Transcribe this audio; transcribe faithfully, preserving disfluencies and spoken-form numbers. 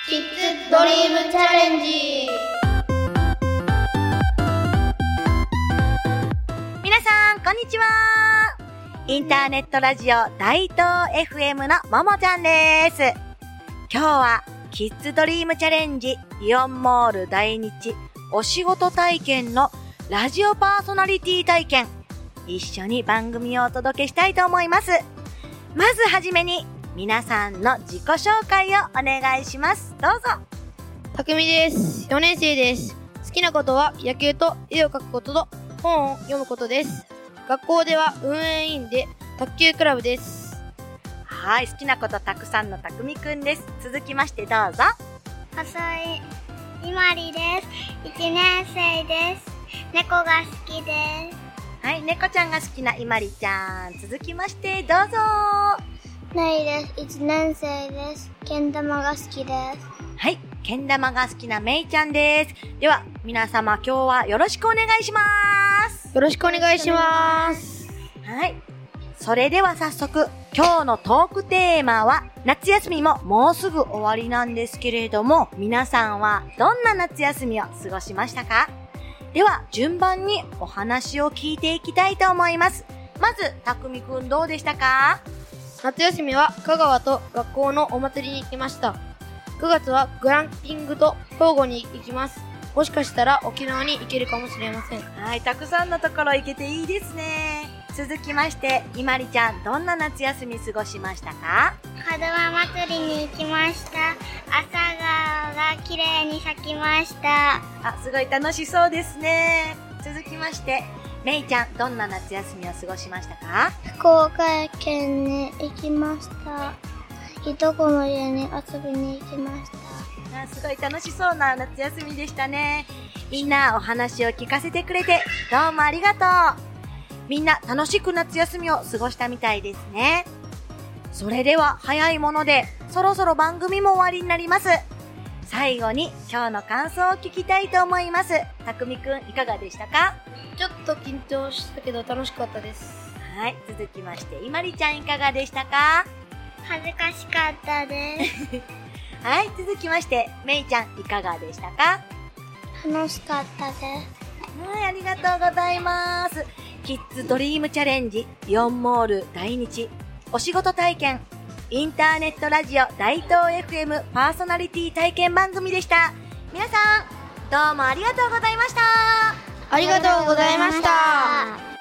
キッズドリームチャレンジ。 皆さんこんにちは。インターネットラジオ大東 エフエム のももちゃんです。今日はキッズドリームチャレンジイオンモール大日お仕事体験のラジオパーソナリティ体験、一緒に番組をお届けしたいと思います。まずはじめに皆さんの自己紹介をお願いします。どうぞ。 たくみです。よねん生です。好きなことは野球と絵を描くことと本を読むことです。学校では運営委員で卓球クラブです。 はい、好きなことたくさんのたくみくんです。続きましてどうぞ。 細いいまりです。いちねん生です。猫が好きです。 はい、猫ちゃんが好きないまりちゃん。続きましてどうぞ。 めいです。いちねん生です。けん玉が好きです。 はい、けん玉が好きなめいちゃんです。では皆様今日はよろしくお願いします。 よろしくお願いします。 はい、それでは早速今日のトークテーマは、夏休みももうすぐ終わりなんですけれども、皆さんはどんな夏休みを過ごしましたか？では順番にお話を聞いていきたいと思います。まずたくみくんどうでしたか？ 夏休みは香川と学校のお祭りに行きました。くがつはグランピングと交互に行きます。もしかしたら沖縄に行けるかもしれません。 はい、たくさんのところ行けていいですね。続きましていまりちゃん、どんな夏休み過ごしましたか？ 門真祭りに行きました。朝顔が綺麗に咲きました。 あ、すごい楽しそうですね。続きましてめいちゃん、どんな夏休みを過ごしましたか？ 福岡県に行きました。いとこの家に遊びに行きました。 あ、すごい楽しそうな夏休みでしたね。みんなお話を聞かせてくれてどうもありがとう。みんな楽しく夏休みを過ごしたみたいですね。それでは早いものでそろそろ番組も終わりになります。最後に今日の感想を聞きたいと思います。たくみくんいかがでしたか？ ちょっと緊張したけど楽しかったです。 はい、続きましていまりちゃんいかがでしたか？ 恥ずかしかったですはい、続きましてめいちゃんいかがでしたか？ 楽しかったです。 はい、ありがとうございます。キッズドリームチャレンジイオンモール大日お仕事体験インターネットラジオ大東 エフエム パーソナリティ体験番組でした。皆さんどうもありがとうございました。 ありがとうございました。